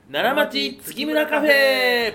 奈良町月村カフェ。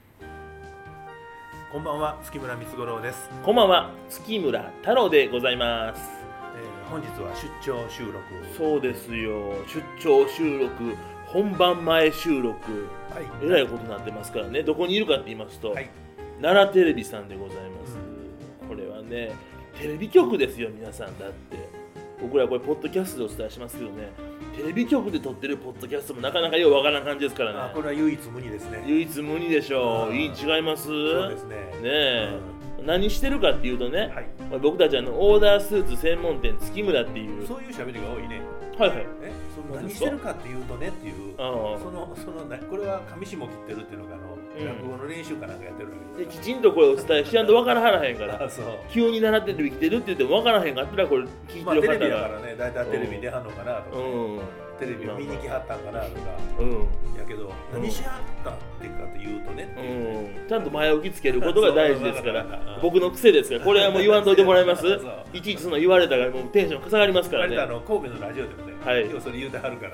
こんばんは、月村光五郎です。 こんばんは、月村太郎でございます。 本日は出張収録。 そうですよ、出張収録、本番前収録、えらいことになってますからね。どこにいるかって言いますと、奈良テレビさんでございます。これはね、テレビ局ですよ皆さん。だって僕らこれポッドキャストでお伝えしますけどね、テレビ局で撮ってるポッドキャストもなかなかようわからん感じですからね。 これは唯一無二ですね。 唯一無二でしょう。違います。 そうですね。 ねえ、何してるかっていうとね、僕たちオーダースーツ専門店月村っていう、 そういう喋りが多いね。 はいはい。 何してるかっていうとねっていう、これは上下切ってるっていうのが落語の練習かなんかやってるで、きちんとこれお伝えしやんと分からはらへんから急に習ってる生きてるって言っても分からへんかったらこれ聞いてる方が、 テレビだからね、だいたいテレビ出はんのかなとか、テレビを見に来はったんかなとか、やけど何しはったってかっていうとね、 ちゃんと前置きつけることが大事ですから僕の癖ですから、これはもう言わんといてもらいますいちいちその言われたらもうテンション下がりますからね。 神戸のラジオでもね、今日それ言うてはるから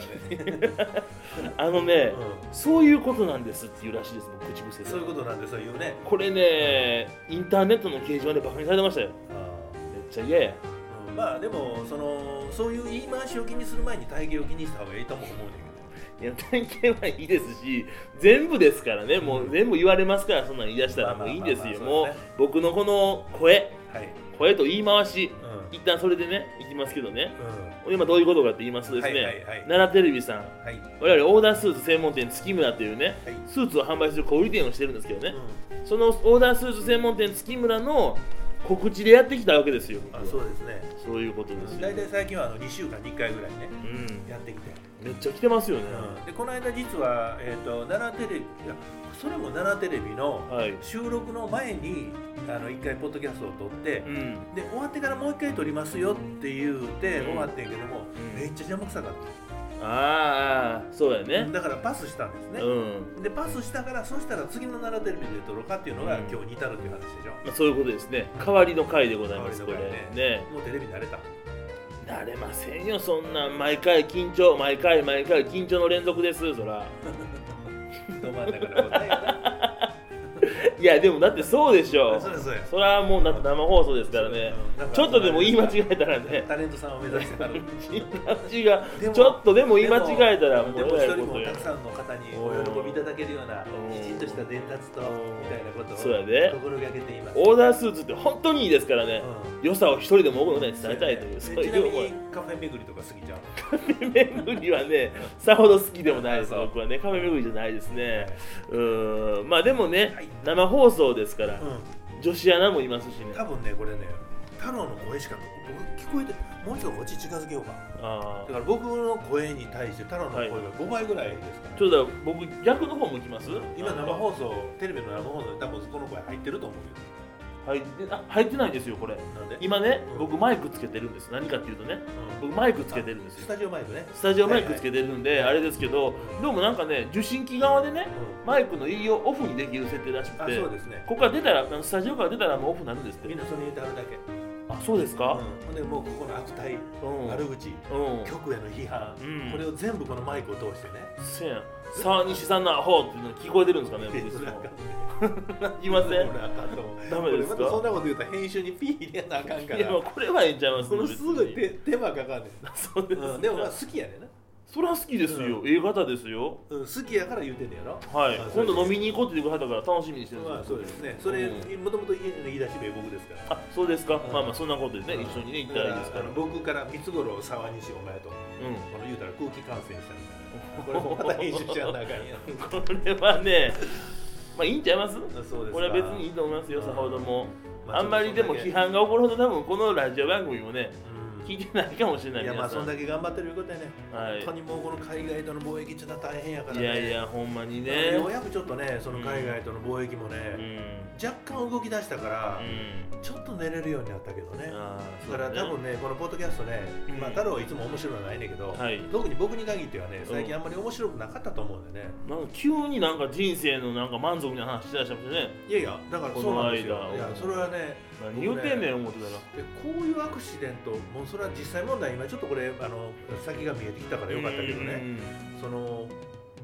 ねそういうことなんですっていうらしいです。僕口癖でそういうことなんですよ、言うね。 これね、インターネットの掲示板でバカにされてましたよ。めっちゃ嫌や。 まあでもそういう言い回しを気にする前に体型を気にした方がいいと思うんだけど、いや体型はいいですし、全部ですからね、もう全部言われますから、そんなん言い出したらもういいんですよ。もう僕のこの声と言い回し、一旦それでねいきますけどね、今どういうことかって言いますとですね、奈良テレビさん、我々オーダースーツ専門店月村というね、スーツを販売する小売店をしてるんですけどね、そのオーダースーツ専門店月村の告知でやってきたわけですよ。 そうですね。 そういうことですよ。 大体最近は2週間に1回ぐらいね、やってきてめっちゃ来てますよね。 でこの間実は、奈良テレビ、それも奈良テレビの収録の前に1回ポッドキャストを撮って、で終わってからもう1回撮りますよって言うて終わってんけども、めっちゃ邪魔くさかった。 そうやね。 だからパスしたんですね。でパスしたから、そしたら次の奈良テレビで撮ろうかっていうのが今日に至るっていう話でしょ。 そういうことですね。代わりの回でございます。これね。 もうテレビ慣れた？ 慣れませんよ、そんな毎回緊張、毎回緊張の連続です。そらど真ん中の答えやな。 いやでもだってそうでしょ。それはもうだって生放送ですからね。ちょっとでも言い間違えたらね、 タレントさんを目指してはるちょっとでも言い間違えたらもうでも一人もたくさんの方にお喜びいただけるようなきちんとした伝達とみたいなことを心がけています。 オーダースーツって本当にいいですからね。良さを一人でも多くの方に伝えたいという、そういう。 ちなみにカフェ巡りとか好きじゃん？ カフェ巡りはね、さほど好きでもないです。僕はね、カフェ巡りじゃないですね。まあでもね、生放送ですから、女子アナもいますしね。 多分ね、これね、太郎の声しか僕聞こえて、もうちょっとこっち近づけようか。だから僕の声に対して太郎の声が5倍ぐらいですから。 ちょっと僕逆の方向きます？ 今生放送、テレビの生放送で多分この声入ってると思うけど。 入ってないですよこれ。今ね、僕マイクつけてるんです。何かっていうとね、僕マイクつけてるんですよ。 スタジオマイクね。 スタジオマイクつけてるんであれですけど、どうもなんかね、受信機側でね、マイクの入りをオフにできる設定らしくて、ここから出たら、スタジオから出たらもうオフになるんですって。 みんなそれ入れてあるだけ。 そうですか？ でもうここの悪態、悪口、局への批判、これを全部このマイクを通してね。 せやん。さあ西さんのアホっていうの聞こえてるんですかね？いません。ダメですか？ そんなこと言うと編集にピー入れなあかんから。 いやこれはええんちゃいます。 すぐ手間かかんねん。 そうです。 でも好きやねんな。 それは好きですよ。ええ方ですよ。 好きやから言うてんねやろ。 はい。今度飲みに行こうっていう方から楽しみにしてるんですよ。 そうですね。それもともと言い出し名僕ですから。 そうですか。まあそんなことでね、一緒にね行ったらいいですから。 僕から三つ頃沢西お前と、この言うたら空気感染したみたいな。これもまた編集しやんなあかんや。 これはね、まあいいんちゃいます？これは別にいいと思いますよ。さほども。あんまりでも批判が起こるほど多分このラジオ番組もね。聞いてないかもしれない。 いやまあそんだけ頑張ってるいうことやね。本当にもうこの海外との貿易ってのは大変やからね。 いやほんまにね。 ようやくちょっとね、その海外との貿易もね、若干動き出したから、ちょっと寝れるようになったけどね。だから多分ね、このポッドキャストね、まあ太郎はいつも面白いのはないねんけど、特に僕に限ってはね、最近あんまり面白くなかったと思うんでね。 なんか急になんか人生のなんか満足な話しだしたもんね。 いやいや、だからそうなんですよ。いやそれはね、 何言うてんねん思ってたら。 こういうアクシデント、もうそれは実際問題、今ちょっとこれ先が見えてきたからよかったけどね、その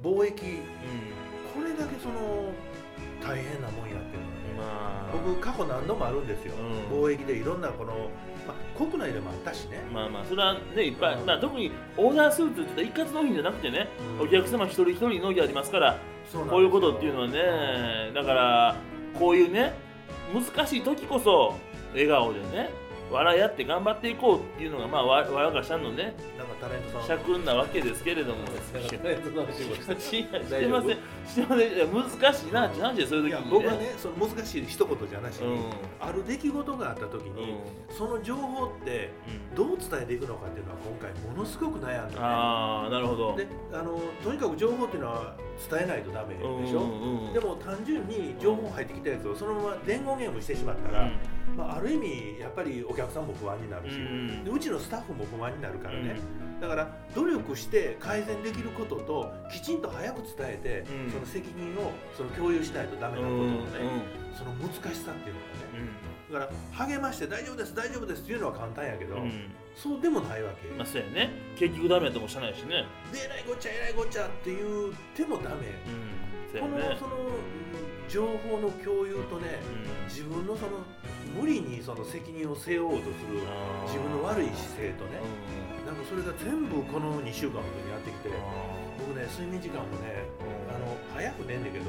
貿易、これだけその大変なもんやっていうのはね、僕過去何度もあるんですよ、貿易でいろんなこの、国内でもあったしね、 それはねいっぱい、特にオーダースーツって一括納品じゃなくてね、お客様一人一人納期ありますから、こういうことっていうのはね、だからこういうね難しい時こそ笑顔でね笑い合って頑張っていこうっていうのが我々がしたのね、 なんかタレントさん社訓なわけですけれども、 タレントの仕事してません、難しいな、なんでそういう時に、 僕はね、その難しい一言じゃなしに、ある出来事があった時に、その情報ってどう伝えていくのかっていうのは今回ものすごく悩んでね。 なるほど。 で、とにかく情報っていうのは伝えないとダメでしょ。でも単純に情報入ってきたやつをそのまま伝言ゲームしてしまったら、ある意味やっぱりお客さんも不安になるし、でうちのスタッフも不安になるからね、だから努力して改善できることときちんと早く伝えて、その責任をその共有しないとダメなことのね、その難しさっていうのがね、だから励まして大丈夫です大丈夫ですっていうのは簡単やけど、そうでもないわけ。 そうやね、結局ダメやともしゃないしね。 でえらいごっちゃえらいごっちゃって言ってもダメ。このその情報の共有とね、自分のその無理にその責任を背負おうとする自分の悪い姿勢とね、なんかそれが全部この2週間ほどにやってきて、僕ね睡眠時間もね早く寝んねんけど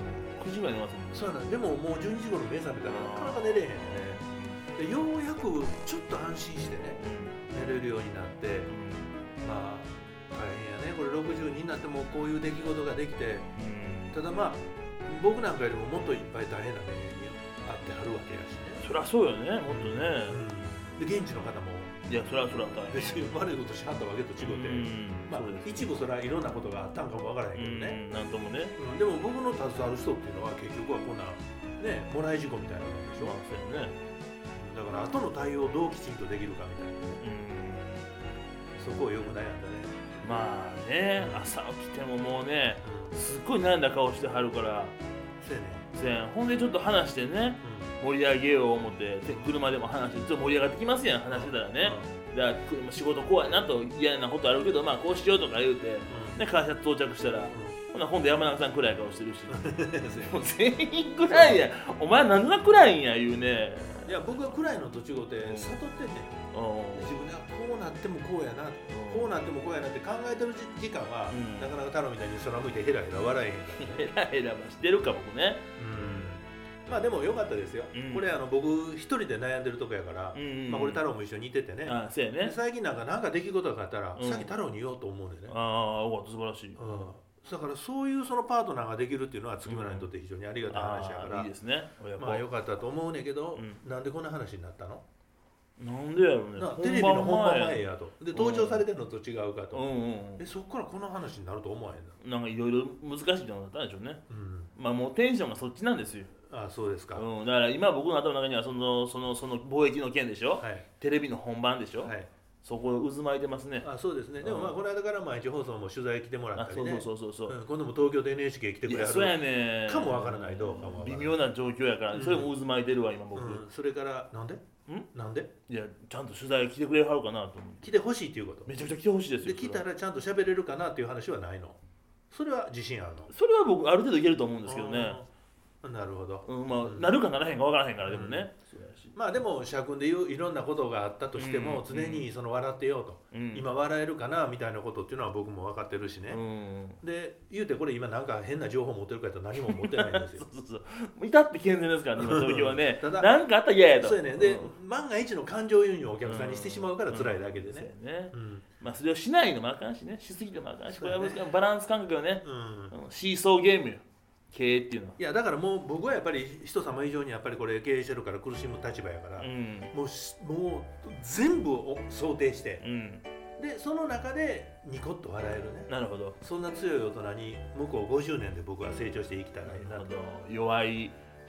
9時ぐらい寝ますもんね。 そうなんでももう12時頃目覚めたらなかなか寝れへんね。でようやくちょっと安心してね、寝れるようになって、大変やね。これ60になってもこういう出来事ができて、ただ僕なんかよりももっといっぱい大変な目に遭ってはるわけやしね。 そりゃそうよね、もっとね。 で現地の方もいやそりゃ大変。 別に悪いことしはったわけと違って、一部それはいろんなことがあったんかもわからへんけどね。 なんともね。 でも僕の携わる人っていうのは結局はこんなねもらい事故みたいなもんでしょ。 そうやね。 だから後の対応をどうきちんとできるかみたいな。そこをよく悩んだね。 朝起きてももうね、すっごい悩んだ顔してはるから。 そうやね。 ほんでちょっと話してね、盛り上げよう思って車でも話してちょっと盛り上がってきますやん、話してたらね。だから仕事怖いなと嫌なことあるけどこうしようとか言うて、会社到着したら今度山中さん暗い顔してるしもう全員暗いやん。お前何が暗いんや言うね。 いや僕は暗いのと違って悟ってて、自分でこうなってもこうやな、こうなってもこうやなって考えてる時間は、なかなか太郎みたいに空向いてヘラヘラ笑えへんからね。 ヘラヘラはしてるか僕ね。 でも良かったですよ。これ僕一人で悩んでるとこやから、これ太郎も一緒にいててね。 そうやね。 最近なんか出来事があったら、さっき太郎に言おうと思うんでね。 素晴らしい。 だからそういうそのパートナーができるっていうのは月村にとって非常にありがたい話やから、 いいですね。 良かったと思うねんけど、なんでこんな話になったの？ なんでやろうね。 テレビの本番前やと。で登場されてるのと違うかと。そこからこの話になると思わへんな。なんかいろいろ難しいのだったんでしょうね。もうテンションがそっちなんですよ。 そうですか。 だから今僕の頭の中にはその貿易の件でしょ。テレビの本番でしょ。そこ渦巻いてますね。 そうですね。でもこの間から毎日放送も取材来てもらったりね。 そう。 今度も東京で NHK 来てくれはる。 そうやね。 かもわからないどうかも。 微妙な状況やから、それも渦巻いてるわ今僕。 それからなんで？なんで？ いやちゃんと取材来てくれはるかなと思って。 来てほしいっていうこと。 めちゃくちゃ来てほしいですよ。 で来たらちゃんと喋れるかなっていう話はないの？それは自信あるの？ それは僕ある程度いけると思うんですけどね。 なるほど。 なるかならへんかわからへんからでもね。 でも社訓でいろんなことがあったとしても常にその笑ってようと、今笑えるかなみたいなことっていうのは僕も分かってるしね。で言うてこれ今なんか変な情報持ってるかと何も持ってないんですよ。 至って健全ですからね今東京はね。なんかあったら嫌やと。 そうやね。で万が一の感情輸入をお客さんにしてしまうから辛いだけでね。 それをしないのもあかんしね、しすぎてもあかんし、これはバランス感覚よね。シーソーゲームよ。経営っていうのは。 いやだからもう僕はやっぱり人様以上にやっぱりこれ経営してるから苦しむ立場やから、もう全部を想定して、でその中でニコッと笑えるね。 なるほど。 そんな強い大人に向こう50年で僕は成長していきたいなと。 弱い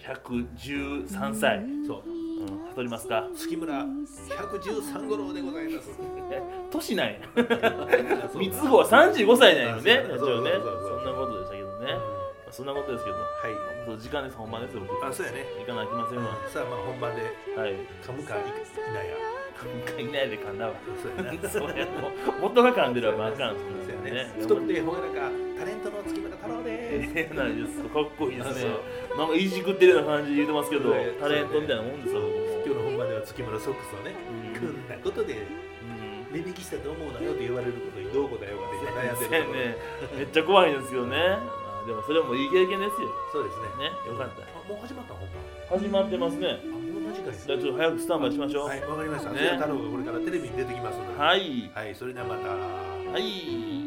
113歳。そう。太りますか。 月村113五郎でございます。 年なんや。三つ子は35歳なんよね。そんなことでしたけどね。そんなことですけど、時間です、本番ですよ。 そうやね。 行かなきませんわ。 さあ本番で噛むかいないや。 噛むかいないで噛んだわ。そうやな。元が噛んでるわ、まあかん。 そうやね。太くてほがらかタレントの月村ないですかっこいいですね。なんかいじくってるような感じで言うてますけど、タレントみたいなもんですよ。 今日の本番では月村ソックスをね、こんなことで値引きしたと思うなよって言われることにどう答えようかって悩んでるところね。めっちゃ怖いんですよね。でもそれもいい経験ですよ。 そうですね。 よかった。 もう始まった本番。 始まってますね。 もう間近です。 じゃあちょっと早くスタンバイしましょう。 はい、わかりました。太郎がこれからテレビに出てきますので。 はい。 はい、それではまた。 はい。